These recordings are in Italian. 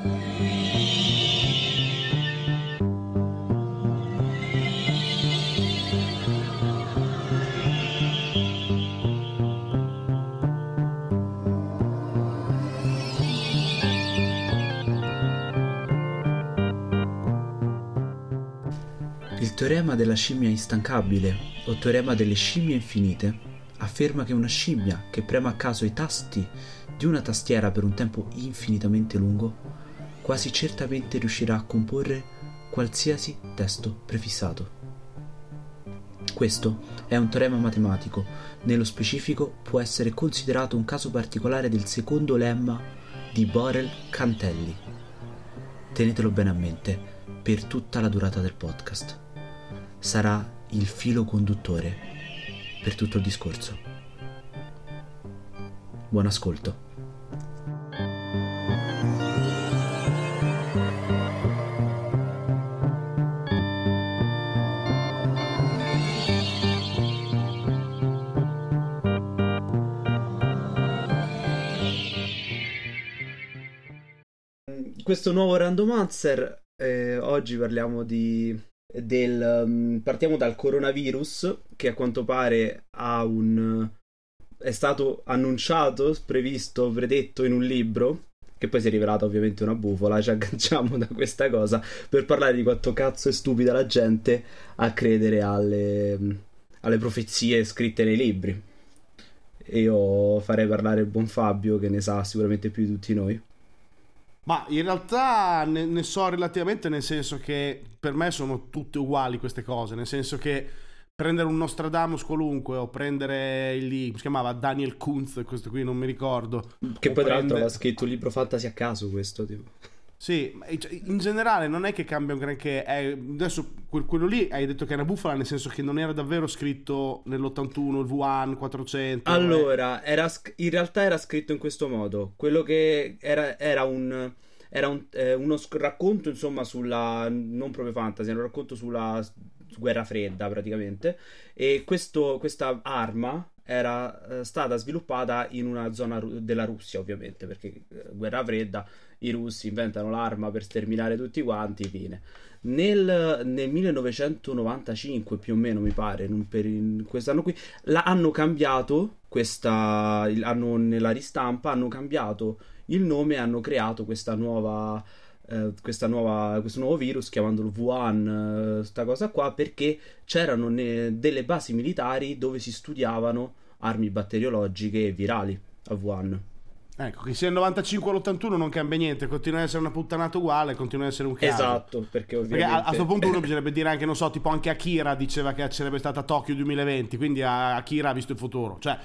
Il teorema della scimmia instancabile, o teorema delle scimmie infinite, afferma che una scimmia che prema a caso i tasti di una tastiera per un tempo infinitamente lungo, quasi certamente riuscirà a comporre qualsiasi testo prefissato. Questo è un teorema matematico, nello specifico può essere considerato un caso particolare del secondo lemma di Borel-Cantelli. Tenetelo bene a mente per tutta la durata del podcast. Sarà il filo conduttore per tutto il discorso. Buon ascolto. Questo nuovo Randomancer, oggi parliamo partiamo dal coronavirus, che a quanto pare è stato annunciato, previsto, predetto in un libro, che poi si è rivelato ovviamente una bufola. Ci agganciamo da questa cosa per parlare di quanto cazzo è stupida la gente a credere alle profezie scritte nei libri. E io farei parlare il buon Fabio, che ne sa sicuramente più di tutti noi. Ma in realtà ne so relativamente, nel senso che per me sono tutte uguali queste cose, nel senso che prendere un Nostradamus qualunque o prendere come si chiamava, Daniel Kuntz, questo qui non mi ricordo, che poi tra l'altro aveva scritto un libro fantasy a caso, questo tipo. Sì, in generale non è che cambia un granché. Adesso quello lì hai detto che è una bufala, nel senso che non era davvero scritto nell'81 il Wuhan 400. Allora, in realtà era scritto in questo modo. Quello che era uno racconto, insomma, sulla, non proprio fantasy, era un racconto sulla guerra fredda praticamente. E questa arma era stata sviluppata in una zona della Russia, ovviamente, perché guerra fredda, i russi inventano l'arma per sterminare tutti quanti, fine. Nel 1995 più o meno, mi pare, in quest'anno qui, hanno cambiato nella ristampa hanno cambiato il nome e hanno creato questo nuovo virus, chiamandolo Wuhan, sta cosa qua, perché c'erano delle basi militari dove si studiavano armi batteriologiche e virali a Wuhan. Ecco, che sia il 95 all'81 non cambia niente, continua ad essere una puttanata uguale, continua ad essere un caso. Esatto, perché ovviamente... Perché a questo punto uno bisognerebbe dire anche, non so, tipo anche Akira diceva che sarebbe stata Tokyo 2020, quindi Akira ha visto il futuro. Cioè,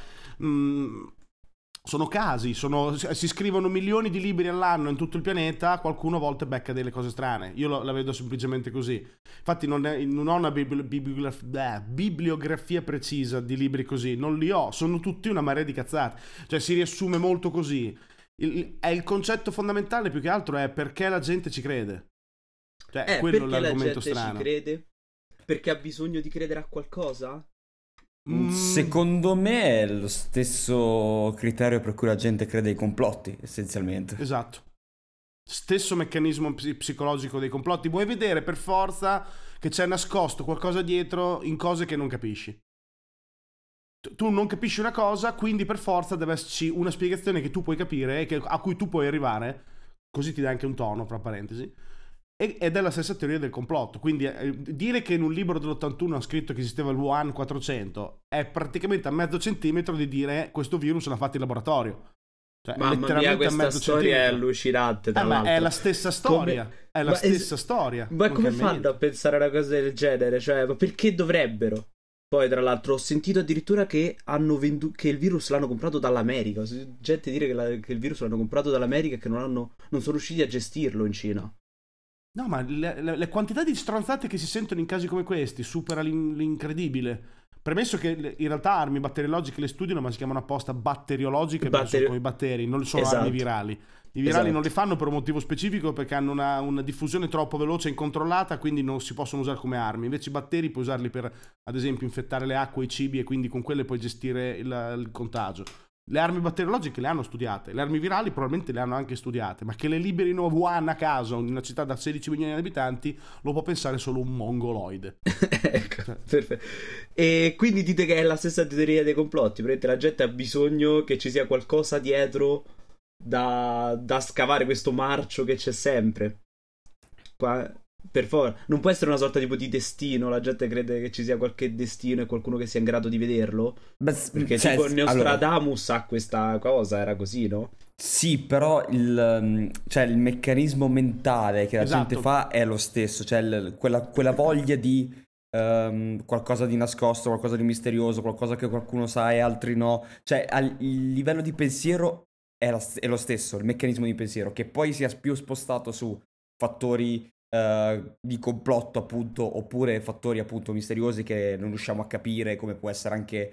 sono casi, si scrivono milioni di libri all'anno in tutto il pianeta, qualcuno a volte becca delle cose strane. Io la vedo semplicemente così. Infatti non ho una bibliografia precisa di libri così, non li ho, sono tutti una marea di cazzate. Cioè si riassume molto così. Il concetto fondamentale più che altro è perché la gente ci crede. Cioè quello è l'argomento strano. Perché la gente ci crede? Perché ha bisogno di credere a qualcosa? Secondo me è lo stesso criterio per cui la gente crede ai complotti, essenzialmente. Esatto. Stesso meccanismo psicologico dei complotti. Vuoi vedere per forza che c'è nascosto qualcosa dietro in cose che non capisci. Tu non capisci una cosa, quindi per forza deve esserci una spiegazione che tu puoi capire e a cui tu puoi arrivare. Così ti dà anche un tono, fra parentesi. Ed è la stessa teoria del complotto. Quindi dire che in un libro dell'81 ha scritto che esisteva il Wuhan 400 è praticamente a mezzo centimetro di dire questo virus l'ha fatto in laboratorio. Cioè, mamma mia, questa storia è allucinante, tra l'altro. Ma è la stessa storia. È la stessa storia. Ma come fanno a pensare a una cosa del genere? Cioè, ma perché dovrebbero? Poi, tra l'altro, ho sentito addirittura che che il virus l'hanno comprato dall'America. Ho sentito gente dire che il virus l'hanno comprato dall'America e che non sono riusciti a gestirlo in Cina. No, ma le quantità di stronzate che si sentono in casi come questi supera l'incredibile. Premesso che in realtà armi batteriologiche le studiano, ma si chiamano apposta batteriologiche, perché sono come i batteri, non sono armi virali. I virali non le fanno per un motivo specifico, perché hanno una diffusione troppo veloce e incontrollata, quindi non si possono usare come armi. Invece i batteri puoi usarli per, ad esempio, infettare le acque e i cibi, e quindi con quelle puoi gestire il contagio. Le armi batteriologiche le hanno studiate, le armi virali probabilmente le hanno anche studiate, ma che le liberino Wuhan a caso, in una città da 16 milioni di abitanti, lo può pensare solo un mongoloide. Ecco, perfetto. E quindi dite che è la stessa teoria dei complotti, perché la gente ha bisogno che ci sia qualcosa dietro da scavare questo marcio che c'è sempre. Per favore, non può essere una sorta tipo di destino, la gente crede che ci sia qualche destino e qualcuno che sia in grado di vederlo? Perché tipo Nostradamus ha questa cosa, era così, no? Sì, però il meccanismo mentale che la gente fa è lo stesso, cioè quella voglia di qualcosa di nascosto, qualcosa di misterioso, qualcosa che qualcuno sa e altri no, cioè il livello di pensiero è lo stesso, il meccanismo di pensiero, che poi sia più spostato su fattori di complotto appunto, oppure fattori appunto misteriosi che non riusciamo a capire, come può essere anche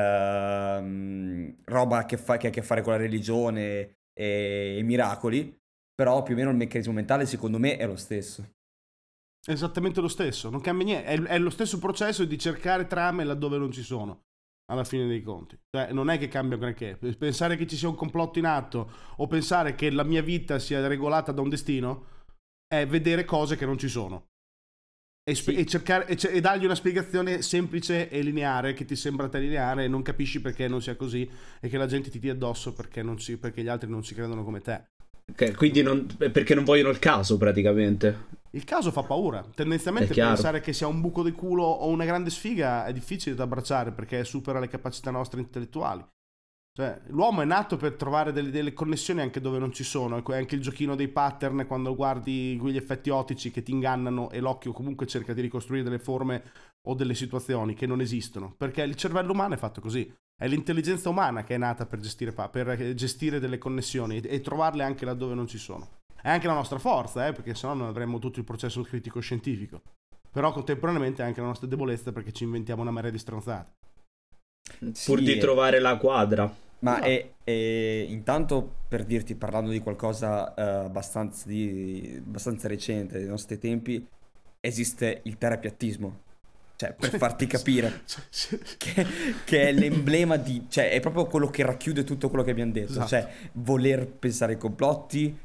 roba che ha a che fare con la religione e miracoli, però più o meno il meccanismo mentale secondo me è lo stesso. Esattamente lo stesso, non cambia niente, è lo stesso processo di cercare trame laddove non ci sono, alla fine dei conti. Cioè, non è che cambia granché. Pensare che ci sia un complotto in atto o pensare che la mia vita sia regolata da un destino è vedere cose che non ci sono e cercare e dargli una spiegazione semplice e lineare che ti sembra te lineare e non capisci perché non sia così e che la gente ti dia addosso perché gli altri non ci credono come te. Quindi perché non vogliono il caso praticamente. Il caso fa paura. Tendenzialmente pensare che sia un buco di culo o una grande sfiga è difficile da abbracciare perché supera le capacità nostre intellettuali. Cioè, l'uomo è nato per trovare delle connessioni anche dove non ci sono. È anche il giochino dei pattern quando guardi quegli effetti ottici che ti ingannano e l'occhio comunque cerca di ricostruire delle forme o delle situazioni che non esistono. Perché il cervello umano è fatto così. È l'intelligenza umana che è nata per gestire delle connessioni e trovarle anche laddove non ci sono. È anche la nostra forza, perché sennò non avremmo tutto il processo critico scientifico. Però contemporaneamente è anche la nostra debolezza perché ci inventiamo una marea di stronzate. Pur di trovare la quadra. Ma intanto per dirti, parlando di qualcosa abbastanza recente dei nostri tempi, esiste il terapiattismo. Cioè, per farti capire che è l'emblema di... Cioè, è proprio quello che racchiude tutto quello che abbiamo detto. Esatto. Cioè, voler pensare ai complotti,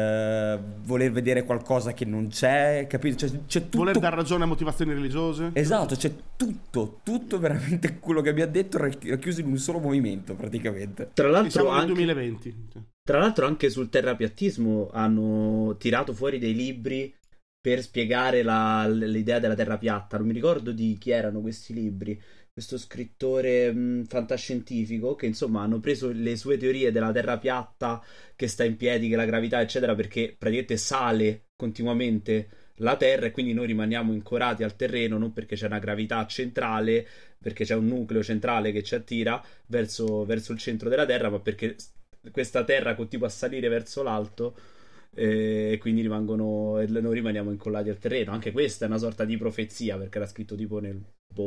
voler vedere qualcosa che non c'è, capito? Cioè, c'è tutto... Voler dar ragione a motivazioni religiose. Esatto, c'è tutto veramente quello che abbiamo detto racchiuso in un solo movimento, praticamente. Tra l'altro siamo nel anche... 2020. Tra l'altro anche sul terapiattismo hanno tirato fuori dei libri per spiegare l'idea della terra piatta. Non mi ricordo di chi erano questi libri. Questo scrittore fantascientifico che insomma hanno preso le sue teorie della terra piatta che sta in piedi, che la gravità eccetera, perché praticamente sale continuamente la terra e quindi noi rimaniamo ancorati al terreno, non perché c'è una gravità centrale, perché c'è un nucleo centrale che ci attira verso il centro della terra, ma perché questa terra continua a salire verso l'alto e quindi noi rimaniamo incollati al terreno. Anche questa è una sorta di profezia, perché era scritto tipo nel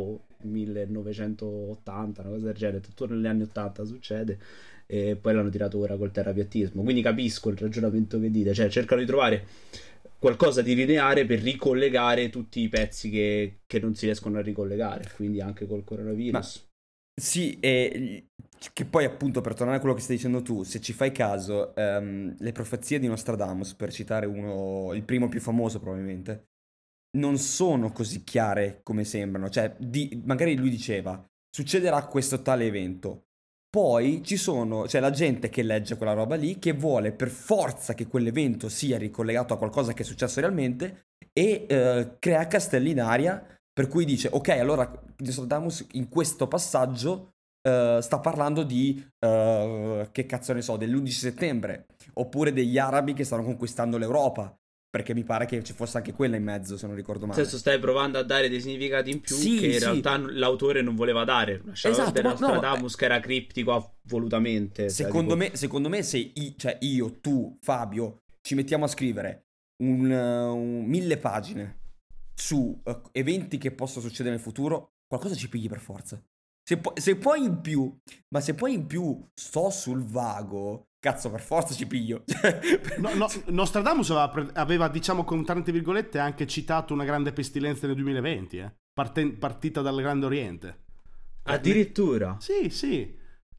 1980, una cosa del genere, tutto negli anni 80 succede, e poi l'hanno tirato ora col terapiattismo. Quindi capisco il ragionamento che dite, cioè cercano di trovare qualcosa di lineare per ricollegare tutti i pezzi che non si riescono a ricollegare, quindi anche col coronavirus. Sì, e che poi appunto, per tornare a quello che stai dicendo tu, se ci fai caso, le profezie di Nostradamus, per citare il primo più famoso probabilmente, non sono così chiare come sembrano. Cioè, magari lui diceva, succederà questo tale evento. Poi c'è la gente che legge quella roba lì, che vuole per forza che quell'evento sia ricollegato a qualcosa che è successo realmente e crea castelli in aria, per cui dice, ok, allora Nostradamus in questo passaggio sta parlando di, che cazzo ne so, dell'11 settembre, oppure degli arabi che stanno conquistando l'Europa, perché mi pare che ci fosse anche quella in mezzo, se non ricordo male. Adesso stai provando a dare dei significati in più che in realtà l'autore non voleva dare. Esatto, Nostradamus che era criptico volutamente. Secondo me se io, tu, Fabio, ci mettiamo a scrivere 1000 pagine su eventi che possono succedere nel futuro, qualcosa ci pigli per forza. Se poi in più sto sul vago, cazzo, per forza ci piglio. Nostradamus aveva, diciamo con tante virgolette, anche citato una grande pestilenza nel 2020, partita dal Grande Oriente. Addirittura? Sì.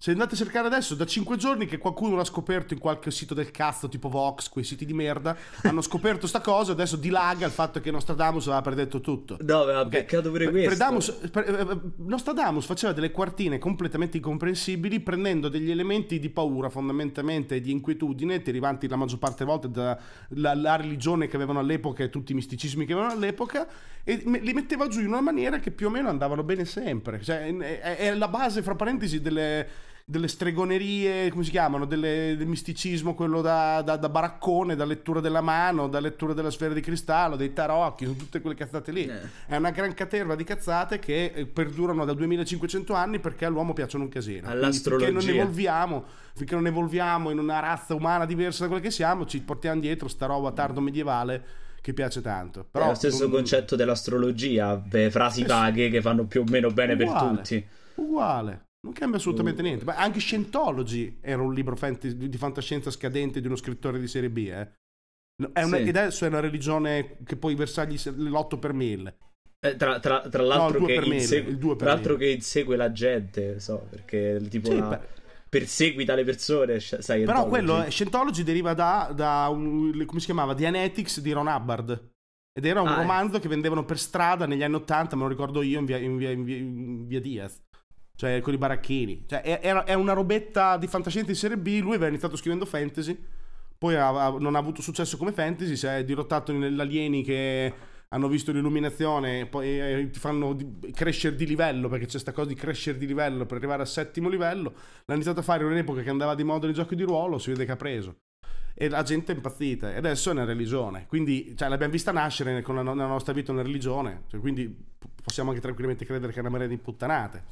Se andate a cercare adesso, da 5 giorni che qualcuno l'ha scoperto in qualche sito del cazzo, tipo Vox, quei siti di merda, hanno scoperto sta cosa, adesso dilaga il fatto che Nostradamus aveva predetto tutto. No, aveva peccato pure questo. Nostradamus faceva delle quartine completamente incomprensibili, prendendo degli elementi di paura, fondamentalmente, di inquietudine, derivanti la maggior parte delle volte dalla religione che avevano all'epoca e tutti i misticismi che avevano all'epoca, e li metteva giù in una maniera che più o meno andavano bene sempre. Cioè, è la base, fra parentesi, delle stregonerie, come si chiamano, del misticismo, quello da baraccone, da lettura della mano, da lettura della sfera di cristallo, dei tarocchi, sono tutte quelle cazzate lì. È una gran caterva di cazzate che perdurano da 2500 anni perché all'uomo piacciono un casino. All'astrologia. Finché non evolviamo in una razza umana diversa da quella che siamo, ci portiamo dietro sta roba tardo medievale che piace tanto. Però è lo stesso concetto dell'astrologia, frasi vaghe che fanno più o meno bene per tutti. Uguale. Non cambia assolutamente niente. Ma anche Scientology era un libro di fantascienza scadente di uno scrittore di serie B. Ed adesso è una religione che poi versargli l'8 per 1000. Tra l'altro, che insegue la gente, perché tipo perseguita le persone. Sai, però quello Scientology deriva da come si chiamava? Dianetics di Ron Hubbard. Ed era un romanzo che vendevano per strada negli anni 80, me lo ricordo io, in via Diaz. Cioè con i baracchini, cioè è una robetta di fantascienza di serie B. Lui aveva iniziato scrivendo fantasy, poi non ha avuto successo come fantasy, si è dirottato negli alieni che hanno visto l'illuminazione, poi ti fanno crescere di livello, perché c'è questa cosa di crescere di livello per arrivare al 7° livello. L'ha iniziato a fare in un'epoca che andava di moda nei giochi di ruolo, si vede che ha preso. E la gente è impazzita, e adesso è una religione, quindi l'abbiamo vista nascere con la nostra vita una religione, quindi possiamo anche tranquillamente credere che è una marea di puttanate,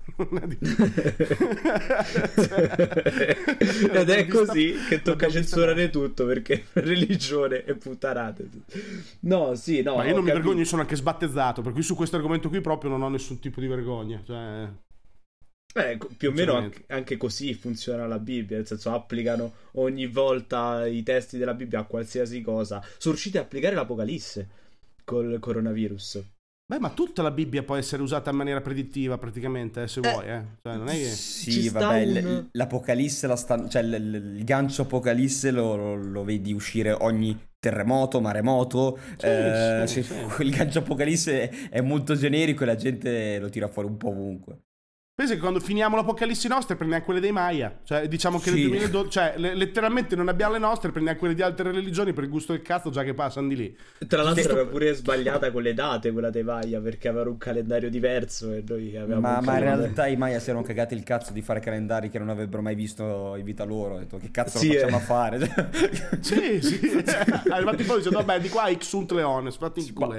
ed è così che tocca censurare tutto, perché religione e puttanate. Ma io non mi vergogno, io sono anche sbattezzato, per cui su questo argomento qui proprio non ho nessun tipo di vergogna, più o meno anche così funziona la Bibbia, nel senso applicano ogni volta i testi della Bibbia a qualsiasi cosa. Sono riusciti a applicare l'Apocalisse col coronavirus. Ma tutta la Bibbia può essere usata in maniera predittiva praticamente, se vuoi, non è che... Sì, l'Apocalisse, il gancio Apocalisse lo vedi uscire ogni terremoto, maremoto. Sì. Il gancio Apocalisse è molto generico e la gente lo tira fuori un po' ovunque. Pensa che quando finiamo l'Apocalissi nostre prendiamo quelle dei Maya, diciamo che nel 2012, letteralmente non abbiamo le nostre, prendiamo quelle di altre religioni per il gusto del cazzo, già che passano di lì. Tra l'altro era pure sbagliata con le date quella dei Maya, perché avevano un calendario diverso e noi avevamo ma in realtà i Maya si erano cagati il cazzo di fare calendari che non avrebbero mai visto in vita loro. Ho detto, che cazzo lo facciamo a fare? Sì. Arrivati poi dicendo, vabbè, di qua Xunt Leones, fatti in culo.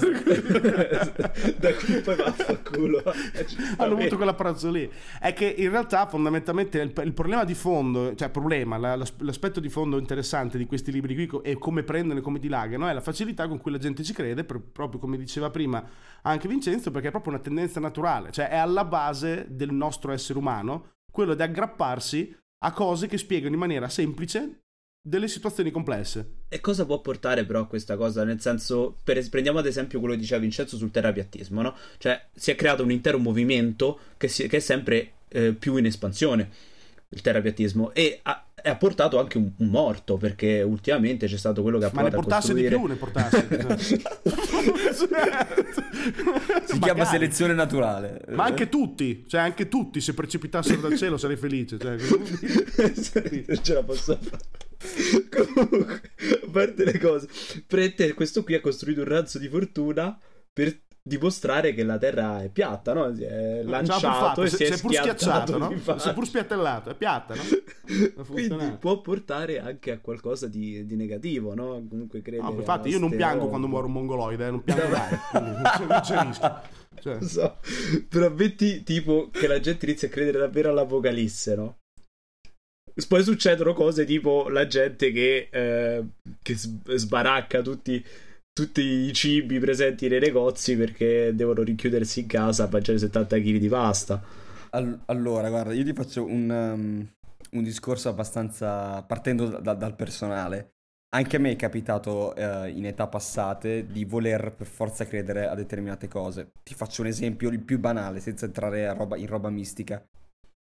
Da qui poi vaffanculo. Hanno avuto quella pranzo lì. È che in realtà fondamentalmente il problema di fondo, l'aspetto di fondo interessante di questi libri qui e come prendono e come dilagano è la facilità con cui la gente ci crede, proprio come diceva prima anche Vincenzo, perché è proprio una tendenza naturale, è alla base del nostro essere umano quello di aggrapparsi a cose che spiegano in maniera semplice delle situazioni complesse. E cosa può portare però a questa cosa? Nel senso, prendiamo ad esempio quello che diceva Vincenzo sul terapiattismo, no? Cioè, si è creato un intero movimento che è sempre più in espansione, il terapiattismo, e ha portato anche un morto, perché ultimamente c'è stato quello che ha provato a costruire... Ma ne portasse di più, Si chiama selezione naturale. Ma anche tutti, se precipitassero dal cielo sarei felice. Non ce la posso fare. Comunque, a parte le cose, questo qui ha costruito un razzo di fortuna per dimostrare che la Terra è piatta, no? Si è lanciato e si è pur schiacciato, no? Si è pur spiattellato, è piatta, no? Quindi può portare anche a qualcosa di negativo, no? Comunque credere. No, infatti io non piango quando muore un mongoloide, non piango mai, non c'è rischio. So. Però metti tipo che la gente inizia a credere davvero all'Apocalisse, no? Poi succedono cose tipo la gente che sbaracca tutti i cibi presenti nei negozi perché devono rinchiudersi in casa a mangiare 70 kg di pasta. Allora, guarda, io ti faccio un discorso abbastanza partendo dal personale. Anche a me è capitato in età passate di voler per forza credere a determinate cose. Ti faccio un esempio il più banale, senza entrare in roba mistica.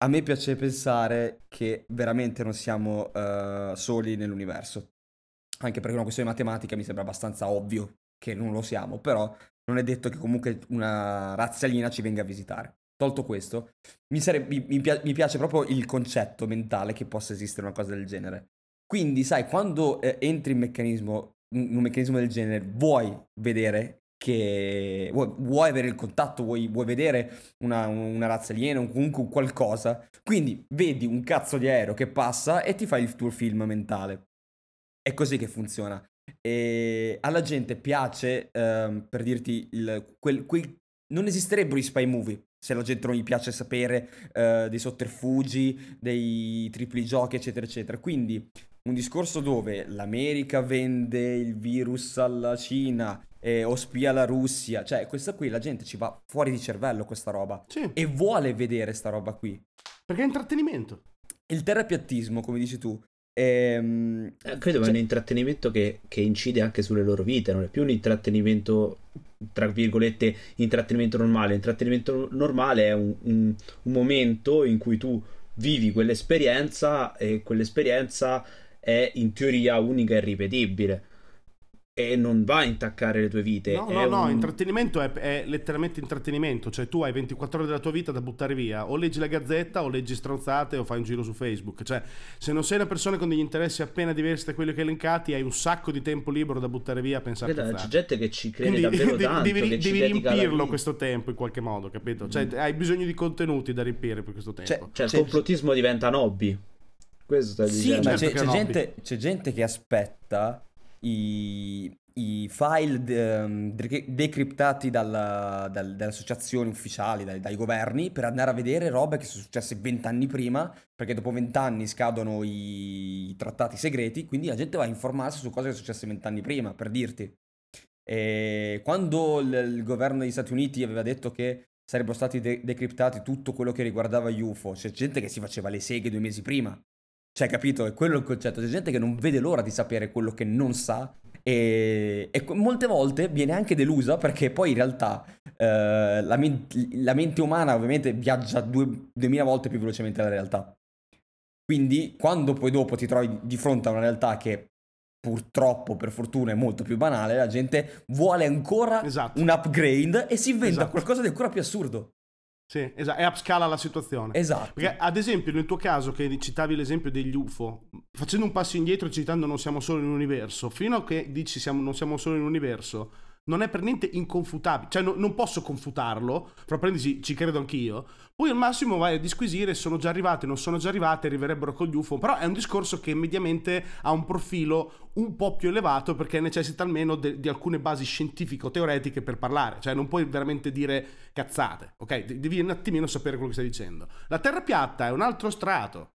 a me piace pensare che veramente non siamo soli nell'universo. Anche perché una questione matematica mi sembra abbastanza ovvio che non lo siamo, però non è detto che comunque una razza aliena ci venga a visitare. Tolto questo, mi piace proprio il concetto mentale che possa esistere una cosa del genere. Quindi, sai, quando entri in un meccanismo del genere, vuoi vedere che... vuoi avere il contatto, vuoi vedere una razza aliena, o comunque qualcosa. Quindi vedi un cazzo di aereo che passa e ti fai il tuo film mentale. È così che funziona. E alla gente piace, per dirti, non esisterebbero i spy movie se alla gente non gli piace sapere dei sotterfugi, dei tripli giochi, eccetera, eccetera. Quindi un discorso dove l'America vende il virus alla Cina o spia la Russia, cioè questa qui la gente ci va fuori di cervello questa roba. Sì. E vuole vedere sta roba qui. Perché è intrattenimento. Il terrapiattismo, come dici tu, credo che è un intrattenimento che incide anche sulle loro vite, non è più un intrattenimento tra virgolette intrattenimento normale. Intrattenimento normale è un momento in cui tu vivi quell'esperienza e quell'esperienza è in teoria unica e irripetibile e non va a intaccare le tue vite. No, intrattenimento è letteralmente intrattenimento, cioè tu hai 24 ore della tua vita da buttare via, o leggi la Gazzetta o leggi stronzate o fai un giro su Facebook, cioè se non sei una persona con degli interessi appena diversi da quelli che hai elencati hai un sacco di tempo libero da buttare via a pensare. C'è gente che ci crede. Quindi, davvero tanto devi riempirlo questo tempo in qualche modo, capito? Cioè hai bisogno di contenuti da riempire per questo tempo. Cioè il complottismo diventa un hobby. Questo stai dicendo. Ma c'è gente che aspetta i file decriptati dalle associazioni ufficiali, dai governi, per andare a vedere robe che sono successe 20 anni prima, perché dopo 20 anni scadono i trattati segreti, quindi la gente va a informarsi su cose che sono successe 20 anni prima, per dirti. E quando il governo degli Stati Uniti aveva detto che sarebbero stati decriptati tutto quello che riguardava gli UFO, c'è gente che si faceva le seghe 2 mesi prima. Cioè, capito? È quello il concetto. C'è gente che non vede l'ora di sapere quello che non sa e molte volte viene anche delusa perché poi in realtà la mente umana ovviamente viaggia 2000 volte più velocemente della realtà. Quindi quando poi dopo ti trovi di fronte a una realtà che purtroppo, per fortuna, è molto più banale, la gente vuole ancora un upgrade e si inventa qualcosa di ancora più assurdo. Sì, esatto, e upscala la situazione. Esatto. Perché ad esempio nel tuo caso che citavi l'esempio degli UFO, facendo un passo indietro citando non siamo solo in un universo, fino a che dici non siamo solo in un universo, non è per niente inconfutabile, cioè non posso confutarlo, però prendi ci credo anch'io, poi al massimo vai a disquisire sono già arrivate, non sono già arrivate, arriverebbero con gli UFO, però è un discorso che mediamente ha un profilo un po' più elevato perché necessita almeno di alcune basi scientifico-teoretiche per parlare, cioè non puoi veramente dire cazzate, ok? Devi un attimino sapere quello che stai dicendo. La Terra piatta è un altro strato.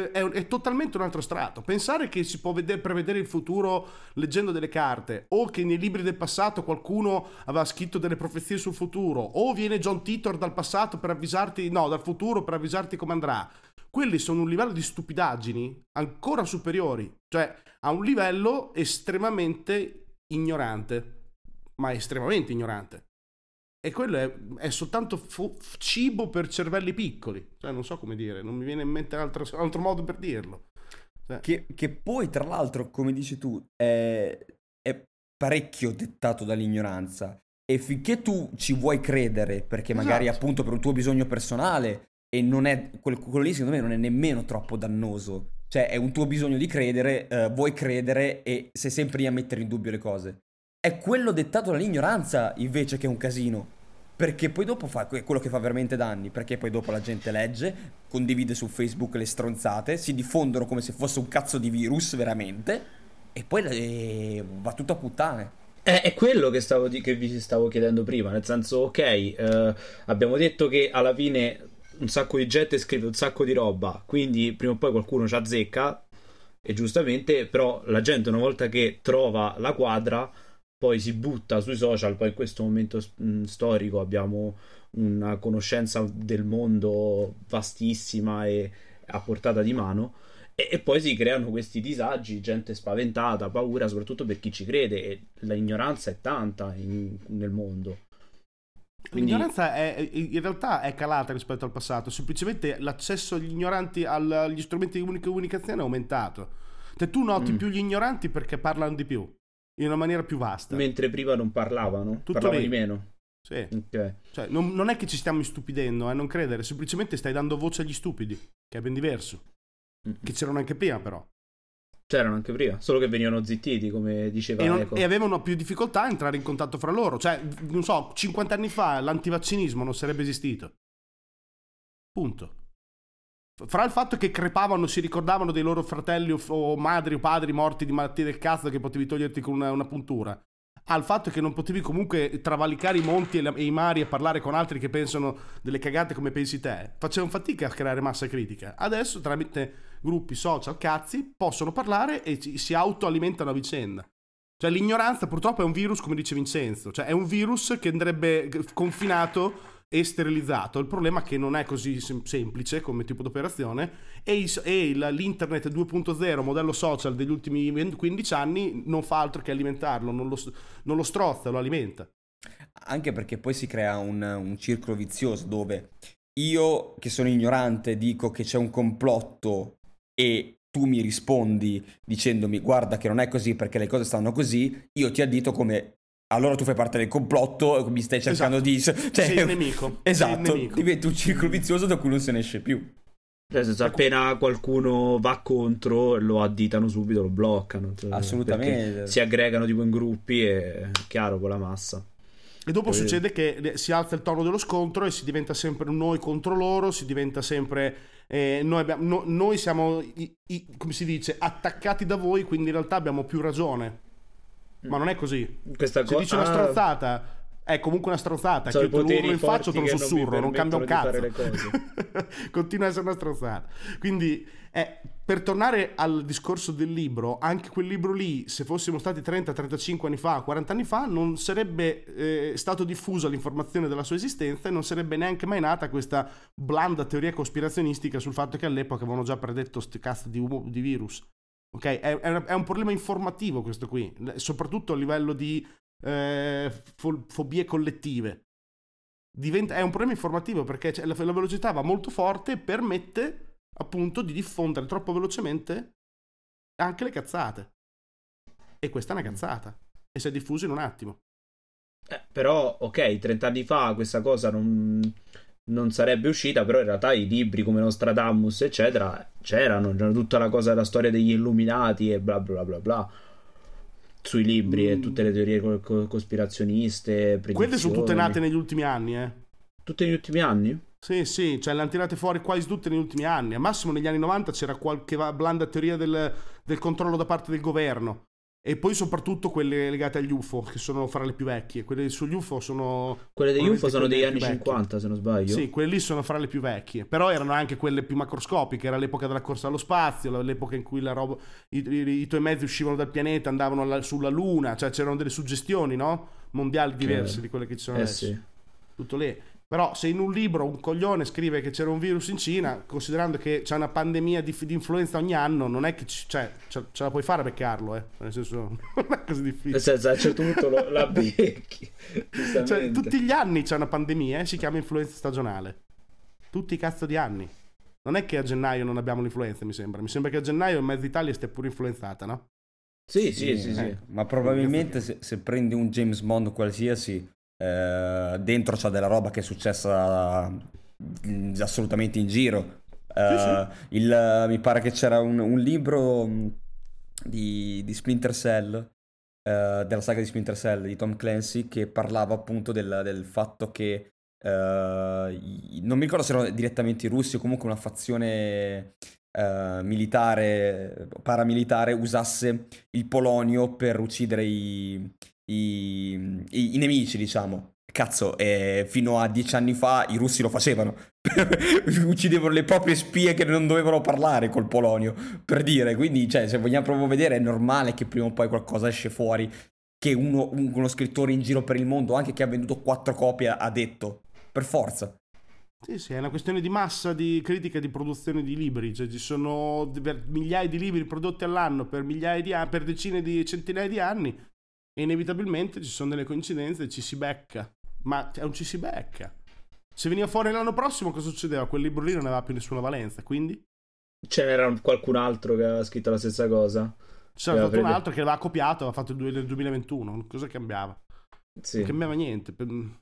È totalmente un altro strato. Pensare che si può prevedere il futuro leggendo delle carte, o che nei libri del passato qualcuno aveva scritto delle profezie sul futuro, o viene John Titor dal passato per avvisarti, no, dal futuro per avvisarti come andrà. Quelli sono un livello di stupidaggini ancora superiori, cioè a un livello estremamente ignorante, ma estremamente ignorante. E quello è soltanto cibo per cervelli piccoli. Cioè, non so come dire, non mi viene in mente altro modo per dirlo. Cioè. Che poi, tra l'altro, come dici tu, è parecchio dettato dall'ignoranza. E finché tu ci vuoi credere, perché magari appunto per un tuo bisogno personale, e non è quello lì, secondo me, non è nemmeno troppo dannoso. Cioè, è un tuo bisogno di credere, vuoi credere e sei sempre lì a mettere in dubbio le cose. È quello dettato dall'ignoranza invece che è un casino, perché poi dopo fa quello che fa veramente danni, perché poi dopo la gente legge, condivide su Facebook le stronzate, si diffondono come se fosse un cazzo di virus veramente e poi va tutto a puttane. È quello che vi stavo chiedendo prima, nel senso, ok, abbiamo detto che alla fine un sacco di gente scrive un sacco di roba, quindi prima o poi qualcuno ci azzecca, e giustamente, però la gente una volta che trova la quadra poi si butta sui social. Poi in questo momento storico abbiamo una conoscenza del mondo vastissima e a portata di mano, e poi si creano questi disagi, gente spaventata, paura, soprattutto per chi ci crede, e l'ignoranza è tanta nel mondo. Quindi L'ignoranza in realtà è calata rispetto al passato, semplicemente l'accesso agli ignoranti agli strumenti di comunicazione è aumentato. Cioè, tu noti più gli ignoranti perché parlano di più, in una maniera più vasta. mentre prima non parlavano, Tutto parlavano lì. di meno. Sì. Ok. Cioè, non è che ci stiamo istupidendo, non credere, semplicemente stai dando voce agli stupidi, che è ben diverso. Che c'erano anche prima, però. C'erano anche prima, solo che venivano zittiti, come diceva Eco. E avevano più difficoltà a entrare in contatto fra loro. Cioè, non so, 50 anni fa l'antivaccinismo non sarebbe esistito. Punto. Fra il fatto che crepavano, si ricordavano dei loro fratelli o madri o padri morti di malattie del cazzo che potevi toglierti con una puntura, al fatto che non potevi comunque travalicare i monti e i mari e parlare con altri che pensano delle cagate come pensi te, facevano fatica a creare massa critica. Adesso tramite gruppi social cazzi possono parlare e si autoalimentano a vicenda. Cioè l'ignoranza purtroppo è un virus, come dice Vincenzo, cioè è un virus che andrebbe confinato e sterilizzato. Il problema è che non è così semplice come tipo di operazione e l'internet 2.0 modello social degli ultimi 15 anni non fa altro che alimentarlo, non lo strozza, lo alimenta. Anche perché poi si crea un circolo vizioso dove io che sono ignorante dico che c'è un complotto e tu mi rispondi dicendomi guarda che non è così perché le cose stanno così, io ti addito come allora tu fai parte del complotto, mi stai cercando di... Cioè, sei il nemico. Esatto, sei il nemico. diventa un circolo vizioso da cui non se ne esce più. Nel senso, appena qualcuno va contro, lo additano subito, lo bloccano. Cioè, assolutamente. Si aggregano tipo in gruppi e chiaro con la massa. E dopo succede che si alza il tono dello scontro e si diventa sempre noi contro loro, si diventa sempre... noi siamo, come si dice, attaccati da voi, quindi in realtà abbiamo più ragione. Ma non è così. Se dici una stronzata, è comunque una stronzata. Che io te lo urlo in faccia o te lo sussurro, non cambia un cazzo. Continua a essere una stronzata. Quindi, per tornare al discorso del libro, anche quel libro lì, se fossimo stati 30, 35 anni fa, 40 anni fa, non sarebbe stato diffusa l'informazione della sua esistenza e non sarebbe neanche mai nata questa blanda teoria cospirazionistica sul fatto che all'epoca avevano già predetto sti cazzo di virus. Ok, è un problema informativo questo qui, soprattutto a livello di fobie collettive. È un problema informativo perché la velocità va molto forte e permette appunto di diffondere troppo velocemente anche le cazzate. E questa è una cazzata e si è diffusa in un attimo. Però, ok, 30 anni fa questa cosa non sarebbe uscita, però in realtà i libri come Nostradamus eccetera c'erano tutta la cosa della storia degli Illuminati e bla bla bla bla sui libri e tutte le teorie cospirazioniste, predizioni. Quelle sono tutte nate negli ultimi anni, Tutte negli ultimi anni? Sì, cioè le hanno tirate fuori quasi tutte negli ultimi anni. Al massimo negli anni 90 c'era qualche blanda teoria del controllo da parte del governo. E poi soprattutto quelle legate agli UFO, che sono fra le più vecchie. Quelle sugli UFO sono... Quelle degli UFO sono degli anni 50, se non sbaglio. Sì, quelle lì sono fra le più vecchie. Però erano anche quelle più macroscopiche. Era l'epoca della corsa allo spazio, l'epoca in cui i tuoi mezzi uscivano dal pianeta, andavano sulla Luna. Cioè c'erano delle suggestioni, no? Mondiali diverse di quelle che ci sono adesso. Sì. Tutto lì. Però se in un libro un coglione scrive che c'era un virus in Cina, considerando che c'è una pandemia di influenza ogni anno, non è che ce la puoi fare a beccarlo, nel senso non è così difficile. Nel senso, a un certo punto la becchi. Cioè, tutti gli anni c'è una pandemia, si chiama influenza stagionale. Tutti i cazzo di anni. Non è che a gennaio non abbiamo l'influenza, mi sembra. Mi sembra che a gennaio mezza Italia stia pure influenzata, no? Sì. Ma probabilmente se prendi un James Bond qualsiasi... dentro c'è della roba che è successa assolutamente in giro. Sì. Mi pare che c'era un libro di Splinter Cell, della saga di Splinter Cell di Tom Clancy, che parlava appunto del fatto che non mi ricordo se erano direttamente i russi o comunque una fazione militare, paramilitare, usasse il polonio per uccidere i nemici, diciamo. Cazzo, fino a 10 anni fa i russi lo facevano. Uccidevano le proprie spie che non dovevano parlare col polonio, per dire. Quindi, cioè, se vogliamo proprio vedere, è normale che prima o poi qualcosa esce fuori, che uno scrittore in giro per il mondo, anche che ha venduto 4 copie, ha detto. Per forza. Sì, è una questione di massa, di critica, di produzione di libri. Cioè ci sono migliaia di libri prodotti all'anno per decine di centinaia di anni e inevitabilmente ci sono delle coincidenze e ci si becca ma non ci si becca. Se veniva fuori l'anno prossimo, cosa succedeva? Quel libro lì non aveva più nessuna valenza, quindi Ce n'era qualcun altro che aveva scritto la stessa cosa. c'era stato un altro che aveva copiato, aveva fatto nel 2021. Cosa cambiava? Sì. Non cambiava niente.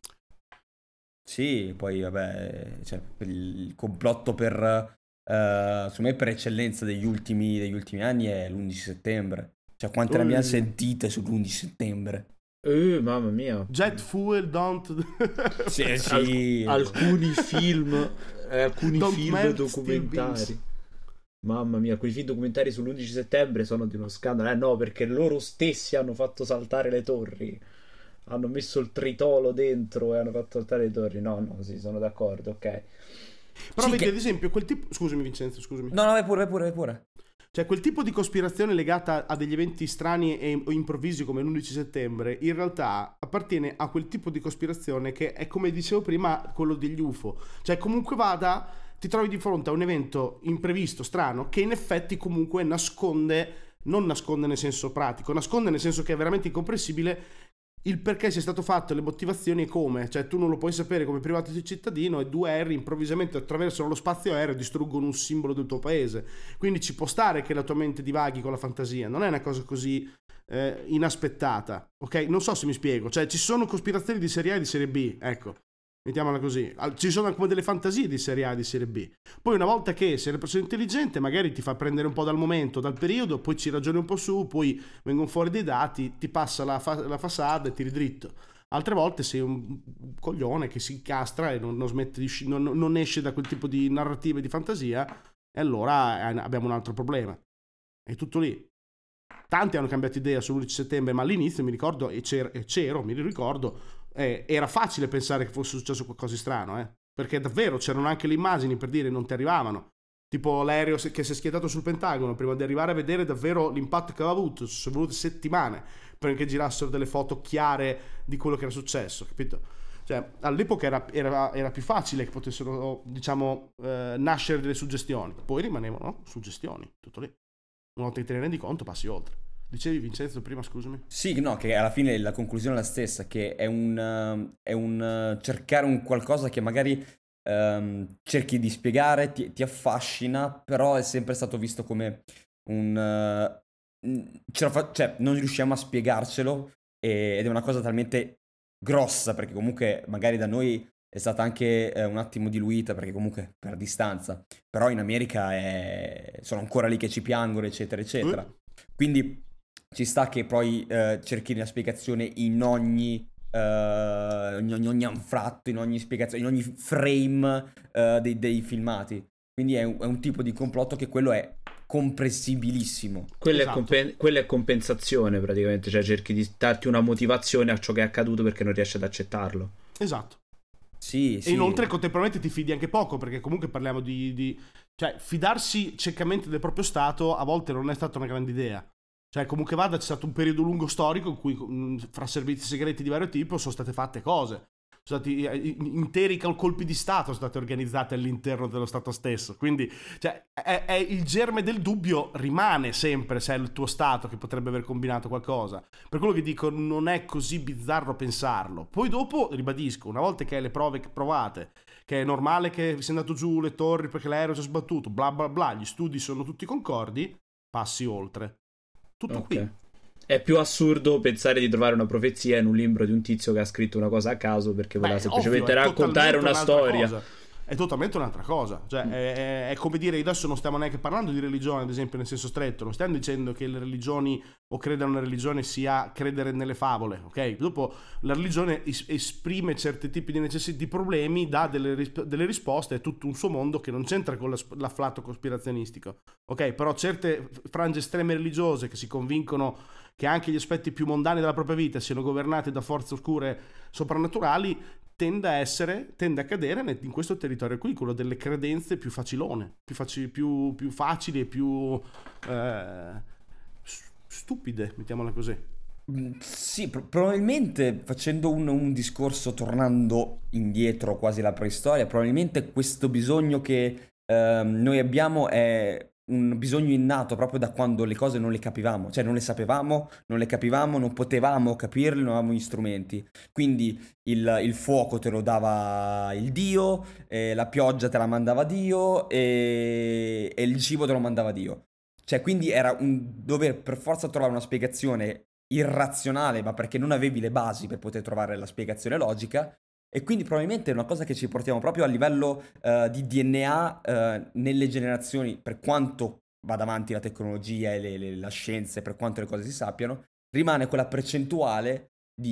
Sì, poi vabbè, cioè, per il complotto secondo me per eccellenza degli ultimi anni è l'11 settembre. Cioè, quante ne abbiamo sentite sull'11 settembre? Mamma mia. Jet fuel, don't. Sì. Alcuni film, Don't film melt documentari. steel beans. Mamma mia, quei film documentari sull'11 settembre sono di uno scandalo. No, perché loro stessi hanno fatto saltare le torri. Hanno messo il tritolo dentro e hanno fatto saltare le torri. No, sì, sono d'accordo, ok. Però Sì, vedi, che- ad esempio, quel tipo. Scusami, Vincenzo, scusami. No, vai pure. Cioè, quel tipo di cospirazione legata a degli eventi strani o improvvisi come l'11 settembre, in realtà appartiene a quel tipo di cospirazione che è, come dicevo prima, quello degli UFO. Cioè, comunque vada, ti trovi di fronte a un evento imprevisto, strano, che in effetti comunque non nasconde nel senso pratico, nasconde nel senso che è veramente incomprensibile il perché sia stato fatto, le motivazioni e come. Cioè, tu non lo puoi sapere come privato cittadino e due aerei improvvisamente attraversano lo spazio aereo e distruggono un simbolo del tuo paese. Quindi ci può stare che la tua mente divaghi con la fantasia, non è una cosa così inaspettata, ok? Non so se mi spiego. Cioè, ci sono cospirazioni di serie A e di serie B, ecco, mettiamola così. Ci sono come delle fantasie di serie A e di serie B. Poi una volta che sei una persona intelligente, magari ti fa prendere un po' dal momento, dal periodo, poi ci ragioni un po' su, poi vengono fuori dei dati, ti passa la façade e tiri dritto. Altre volte sei un coglione che si incastra e non smette non esce da quel tipo di narrativa e di fantasia, e allora abbiamo un altro problema. È tutto lì. Tanti hanno cambiato idea sull'11 settembre, ma all'inizio mi ricordo, era facile pensare che fosse successo qualcosa di strano, perché davvero c'erano anche le immagini per dire non ti arrivavano. Tipo l'aereo che si è schiantato sul Pentagono, prima di arrivare a vedere davvero l'impatto che aveva avuto, ci sono volute settimane perché girassero delle foto chiare di quello che era successo, capito? Cioè, all'epoca era più facile che potessero, diciamo, nascere delle suggestioni. Poi rimanevano suggestioni, tutto lì. Una volta che te ne rendi conto, passi oltre. Dicevi, Vincenzo, prima, scusami. Sì, no, che alla fine la conclusione è la stessa, che è un cercare un qualcosa che magari cerchi di spiegare, ti affascina, però è sempre stato visto come cioè, non riusciamo a spiegarcelo ed è una cosa talmente grossa, perché comunque magari da noi è stata anche un attimo diluita, perché comunque per distanza, però in America sono ancora lì che ci piangono, eccetera, eccetera. Quindi ci sta che poi cerchi una spiegazione in ogni anfratto, in ogni spiegazione, in ogni frame dei filmati. Quindi è un tipo di complotto che quello è comprensibilissimo. Quella è compensazione praticamente, cioè cerchi di darti una motivazione a ciò che è accaduto perché non riesci ad accettarlo. Esatto. Sì, E sì. inoltre contemporaneamente ti fidi anche poco, perché comunque parliamo cioè, fidarsi ciecamente del proprio stato a volte non è stata una grande idea. Cioè, comunque vada, c'è stato un periodo lungo storico in cui fra servizi segreti di vario tipo sono state fatte cose. Sono stati interi colpi di Stato sono state organizzate all'interno dello Stato stesso. Quindi, cioè, è il germe del dubbio rimane sempre se è il tuo Stato che potrebbe aver combinato qualcosa. Per quello che dico, non è così bizzarro pensarlo. Poi dopo, ribadisco, una volta che hai le prove provate, che è normale che sia andato giù le torri perché l'aereo si è sbattuto, bla bla bla, gli studi sono tutti concordi, passi oltre. Tutto qui. È più assurdo pensare di trovare una profezia in un libro di un tizio che ha scritto una cosa a caso perché voleva semplicemente raccontare una storia. Cosa. È totalmente un'altra cosa. Cioè, è come dire, adesso non stiamo neanche parlando di religione, ad esempio, nel senso stretto. Non stiamo dicendo che le religioni o credere in una religione sia credere nelle favole, ok? Dopo la religione esprime certi tipi di necessità, di problemi, dà delle risposte, è tutto un suo mondo che non c'entra con l'afflato cospirazionistico, ok? Però certe frange estreme religiose che si convincono che anche gli aspetti più mondani della propria vita siano governati da forze oscure soprannaturali, tende a cadere in questo territorio qui, quello delle credenze più facilone, più facili e più stupide, mettiamola così. Sì, probabilmente facendo un discorso tornando indietro quasi alla preistoria, probabilmente questo bisogno che noi abbiamo è un bisogno innato proprio da quando le cose non le capivamo, cioè non le sapevamo, non le capivamo, non potevamo capirle, non avevamo gli strumenti. Quindi il fuoco te lo dava il Dio, la pioggia te la mandava Dio e il cibo te lo mandava Dio. Cioè, quindi era un dover per forza trovare una spiegazione irrazionale, ma perché non avevi le basi per poter trovare la spiegazione logica. E quindi probabilmente è una cosa che ci portiamo proprio a livello di DNA nelle generazioni, per quanto vada avanti la tecnologia e la scienza, e per quanto le cose si sappiano, rimane quella percentuale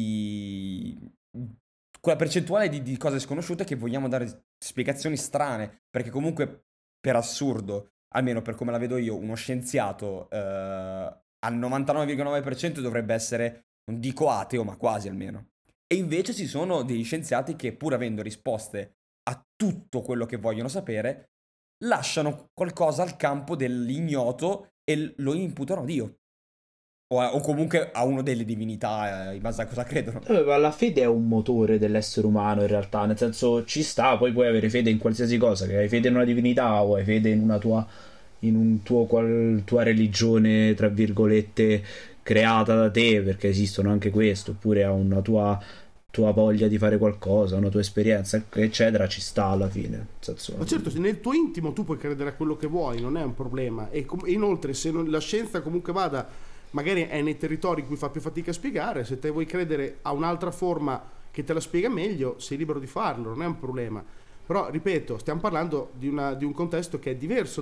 di cose sconosciute che vogliamo dare spiegazioni strane, perché comunque per assurdo, almeno per come la vedo io, uno scienziato al 99,9% dovrebbe essere, non dico ateo, ma quasi almeno. E invece ci sono degli scienziati che, pur avendo risposte a tutto quello che vogliono sapere, lasciano qualcosa al campo dell'ignoto e lo imputano a Dio. O comunque a uno delle divinità, in base a cosa credono. Ma la fede è un motore dell'essere umano, in realtà, nel senso ci sta, poi puoi avere fede in qualsiasi cosa, che hai fede in una divinità o hai fede in una tua tua religione, tra virgolette, creata da te, perché esistono anche questo, oppure a una tua voglia di fare qualcosa, una tua esperienza, eccetera, ci sta alla fine. Nel senso, Ma certo, se nel tuo intimo tu puoi credere a quello che vuoi, non è un problema. E inoltre, se la scienza comunque vada, magari è nei territori in cui fa più fatica a spiegare, se te vuoi credere a un'altra forma che te la spiega meglio, sei libero di farlo, non è un problema. Però, ripeto, stiamo parlando di un contesto che è diverso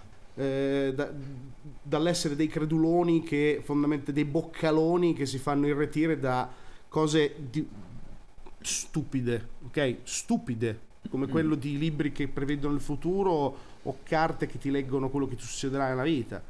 dall'essere dei creduloni, che fondamentalmente dei boccaloni che si fanno irretire da cose stupide, ok? Stupide, come quello di libri che prevedono il futuro o carte che ti leggono quello che ti succederà nella vita.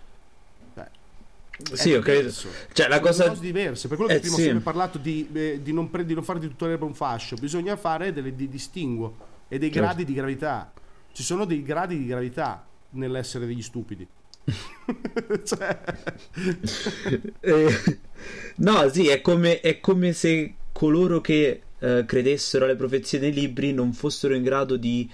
Sì, ok. Cioè, la cosa cose diverse. Per quello che prima ho sempre parlato di non fare di tutto l'erba un fascio. Bisogna fare di distinguo e dei gradi di gravità. Ci sono dei gradi di gravità nell'essere degli stupidi. No, sì, è come se coloro che credessero alle profezie dei libri non fossero in grado di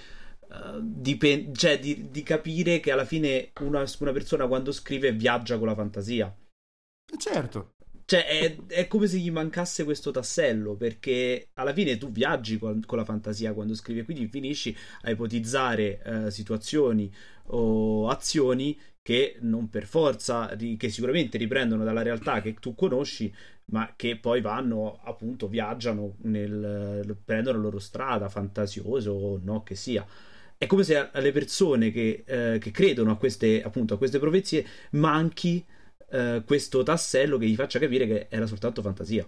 capire che alla fine una persona quando scrive viaggia con la fantasia. Certo. Cioè è come se gli mancasse questo tassello, perché alla fine tu viaggi con la fantasia quando scrivi, e quindi finisci a ipotizzare situazioni o azioni che non per forza, che sicuramente riprendono dalla realtà che tu conosci, ma che poi vanno, appunto, viaggiano prendono la loro strada, fantasioso o no che sia. È come se alle persone che credono a queste profezie manchi questo tassello che gli faccia capire che era soltanto fantasia.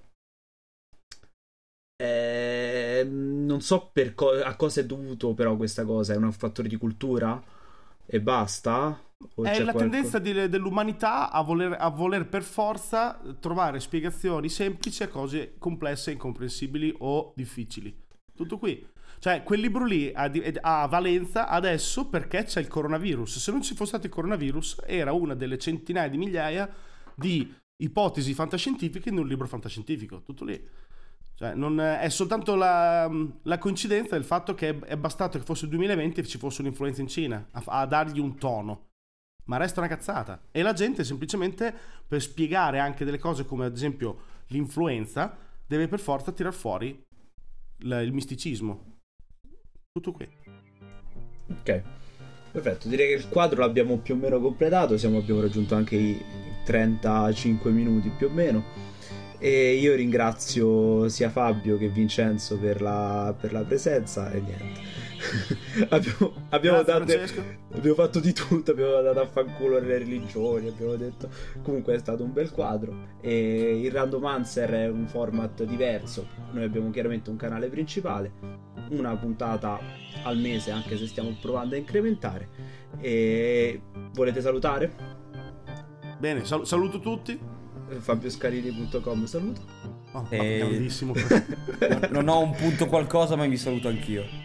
Non so a cosa è dovuto però questa cosa. È un fattore di cultura e basta? O è c'è la tendenza dell'umanità a voler per forza trovare spiegazioni semplici a cose complesse, incomprensibili o difficili. Tutto qui. Cioè, quel libro lì ha valenza adesso perché c'è il coronavirus. Se non ci fosse stato il coronavirus, era una delle centinaia di migliaia di ipotesi fantascientifiche in un libro fantascientifico. Tutto lì. Cioè, non è soltanto la coincidenza del fatto che è bastato che fosse il 2020 e ci fosse un'influenza in Cina a dargli un tono. Ma resta una cazzata. E la gente semplicemente, per spiegare anche delle cose come ad esempio l'influenza, deve per forza tirar fuori il misticismo. Tutto qui. Ok, perfetto, direi che il quadro l'abbiamo più o meno completato, abbiamo raggiunto anche i 35 minuti più o meno, e io ringrazio sia Fabio che Vincenzo per la presenza e niente. abbiamo fatto di tutto, abbiamo dato a fanculo le religioni, abbiamo detto, comunque è stato un bel quadro. E il Randomancer è un format diverso, noi abbiamo chiaramente un canale principale, una puntata al mese, anche se stiamo provando a incrementare. E volete salutare? Bene, saluto tutti. FabioScarini.com saluto. Grandissimo. Non ho un punto qualcosa, ma vi saluto anch'io.